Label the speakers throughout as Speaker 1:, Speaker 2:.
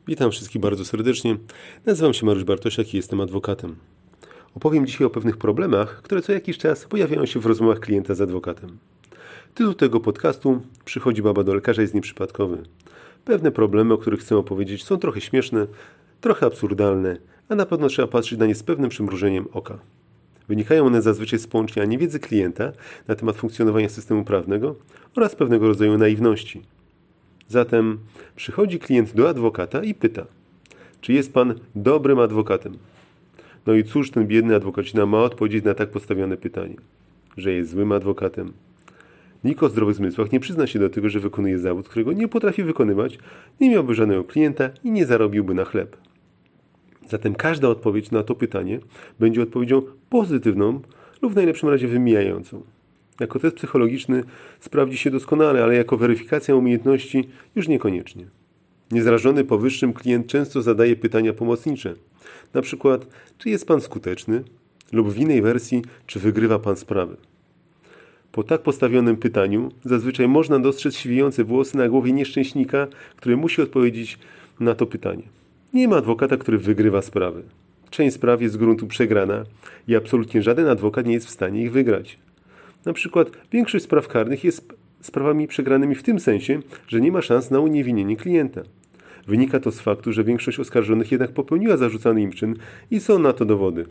Speaker 1: Witam wszystkich bardzo serdecznie. Nazywam się Mariusz Bartosiak i jestem adwokatem. Opowiem dzisiaj o pewnych problemach, które co jakiś czas pojawiają się w rozmowach klienta z adwokatem. Tytuł tego podcastu Przychodzi baba do lekarza jest nieprzypadkowy. Pewne problemy, o których chcę opowiedzieć, są trochę śmieszne, trochę absurdalne, a na pewno trzeba patrzeć na nie z pewnym przymrużeniem oka. Wynikają one zazwyczaj z połączenia niewiedzy klienta na temat funkcjonowania systemu prawnego oraz pewnego rodzaju naiwności. Zatem przychodzi klient do adwokata i pyta, czy jest pan dobrym adwokatem? No i cóż ten biedny adwokacina ma odpowiedzieć na tak postawione pytanie? Że jest złym adwokatem. Nikt o zdrowych zmysłach nie przyzna się do tego, że wykonuje zawód, którego nie potrafi wykonywać, nie miałby żadnego klienta i nie zarobiłby na chleb. Zatem każda odpowiedź na to pytanie będzie odpowiedzią pozytywną lub w najlepszym razie wymijającą. Jako test psychologiczny sprawdzi się doskonale, ale jako weryfikacja umiejętności już niekoniecznie. Niezrażony powyższym klient często zadaje pytania pomocnicze. Na przykład, czy jest pan skuteczny? Lub w innej wersji, czy wygrywa pan sprawy? Po tak postawionym pytaniu zazwyczaj można dostrzec siwiejące włosy na głowie nieszczęśnika, który musi odpowiedzieć na to pytanie. Nie ma adwokata, który wygrywa sprawy. Część spraw jest z gruntu przegrana i absolutnie żaden adwokat nie jest w stanie ich wygrać. Na przykład większość spraw karnych jest sprawami przegranymi w tym sensie, że nie ma szans na uniewinnienie klienta. Wynika to z faktu, że większość oskarżonych jednak popełniła zarzucany im czyn i są na to dowody.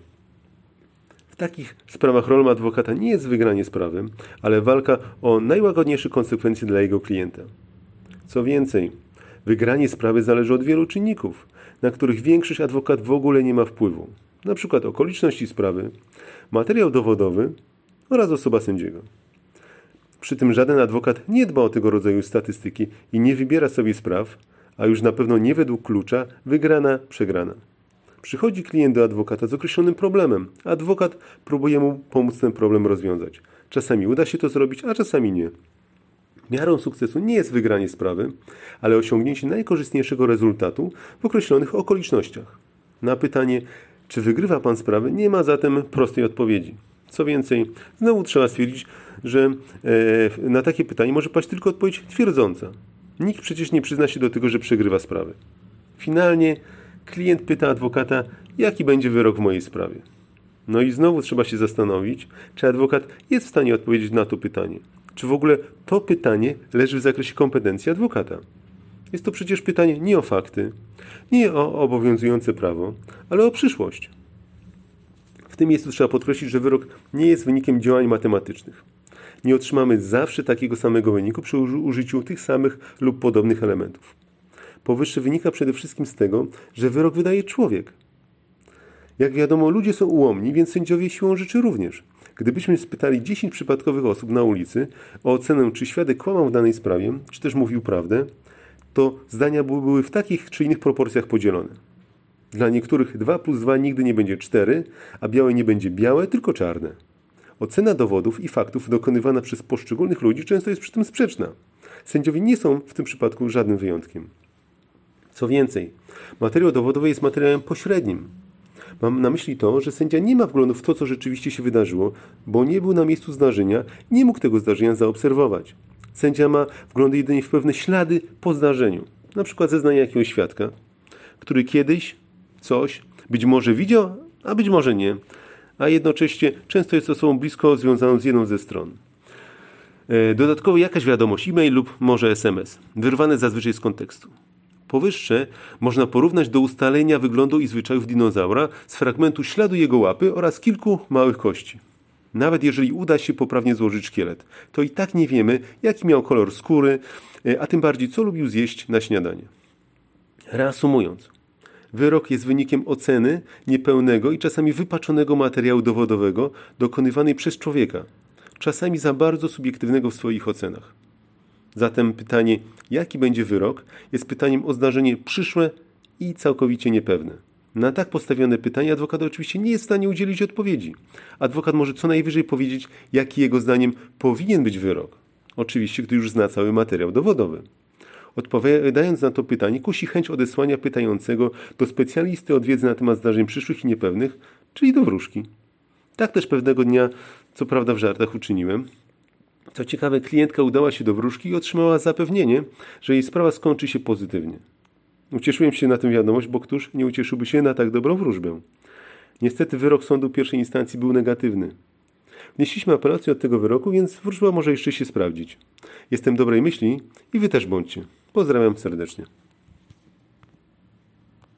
Speaker 1: W takich sprawach rolą adwokata nie jest wygranie sprawy, ale walka o najłagodniejsze konsekwencje dla jego klienta. Co więcej, wygranie sprawy zależy od wielu czynników, na których większość adwokat w ogóle nie ma wpływu. Na przykład okoliczności sprawy, materiał dowodowy oraz osoba sędziego. Przy tym żaden adwokat nie dba o tego rodzaju statystyki i nie wybiera sobie spraw, a już na pewno nie według klucza wygrana, przegrana. Przychodzi klient do adwokata z określonym problemem, a adwokat próbuje mu pomóc ten problem rozwiązać. Czasami uda się to zrobić, a czasami nie. Miarą sukcesu nie jest wygranie sprawy, ale osiągnięcie najkorzystniejszego rezultatu w określonych okolicznościach. Na pytanie, czy wygrywa pan sprawę, nie ma zatem prostej odpowiedzi. Co więcej, znowu trzeba stwierdzić, że na takie pytanie może paść tylko odpowiedź twierdząca. Nikt przecież nie przyzna się do tego, że przegrywa sprawę. Finalnie klient pyta adwokata, jaki będzie wyrok w mojej sprawie. No i znowu trzeba się zastanowić, czy adwokat jest w stanie odpowiedzieć na to pytanie. Czy w ogóle to pytanie leży w zakresie kompetencji adwokata. Jest to przecież pytanie nie o fakty, nie o obowiązujące prawo, ale o przyszłość. W tym miejscu trzeba podkreślić, że wyrok nie jest wynikiem działań matematycznych. Nie otrzymamy zawsze takiego samego wyniku przy użyciu tych samych lub podobnych elementów. Powyższe wynika przede wszystkim z tego, że wyrok wydaje człowiek. Jak wiadomo, ludzie są ułomni, więc sędziowie siłą rzeczy również. Gdybyśmy spytali 10 przypadkowych osób na ulicy o ocenę, czy świadek kłamał w danej sprawie, czy też mówił prawdę, to zdania były w takich czy innych proporcjach podzielone. Dla niektórych 2 plus 2 nigdy nie będzie 4, a białe nie będzie białe, tylko czarne. Ocena dowodów i faktów dokonywana przez poszczególnych ludzi często jest przy tym sprzeczna. Sędziowie nie są w tym przypadku żadnym wyjątkiem. Co więcej, materiał dowodowy jest materiałem pośrednim. Mam na myśli to, że sędzia nie ma wglądu w to, co rzeczywiście się wydarzyło, bo nie był na miejscu zdarzenia i nie mógł tego zdarzenia zaobserwować. Sędzia ma wgląd jedynie w pewne ślady po zdarzeniu, na przykład zeznania jakiegoś świadka, który kiedyś coś być może widział, a być może nie, a jednocześnie często jest osobą blisko związaną z jedną ze stron. Dodatkowo jakaś wiadomość, e-mail lub może SMS, wyrwane zazwyczaj z kontekstu. Powyższe można porównać do ustalenia wyglądu i zwyczajów dinozaura z fragmentu śladu jego łapy oraz kilku małych kości. Nawet jeżeli uda się poprawnie złożyć szkielet, to i tak nie wiemy, jaki miał kolor skóry, a tym bardziej co lubił zjeść na śniadanie. Reasumując, wyrok jest wynikiem oceny niepełnego i czasami wypaczonego materiału dowodowego dokonywanej przez człowieka, czasami za bardzo subiektywnego w swoich ocenach. Zatem pytanie, jaki będzie wyrok, jest pytaniem o zdarzenie przyszłe i całkowicie niepewne. Na tak postawione pytanie adwokat oczywiście nie jest w stanie udzielić odpowiedzi. Adwokat może co najwyżej powiedzieć, jaki jego zdaniem powinien być wyrok. Oczywiście, gdy już zna cały materiał dowodowy. Odpowiadając na to pytanie, kusi chęć odesłania pytającego do specjalisty od wiedzy na temat zdarzeń przyszłych i niepewnych, czyli do wróżki. Tak też pewnego dnia, co prawda w żartach, uczyniłem. Co ciekawe, klientka udała się do wróżki i otrzymała zapewnienie, że jej sprawa skończy się pozytywnie. Ucieszyłem się na tę wiadomość, bo któż nie ucieszyłby się na tak dobrą wróżbę? Niestety wyrok sądu pierwszej instancji był negatywny. Wnieśliśmy apelację od tego wyroku, więc wróżba może jeszcze się sprawdzić. Jestem dobrej myśli i wy też bądźcie. Pozdrawiam serdecznie.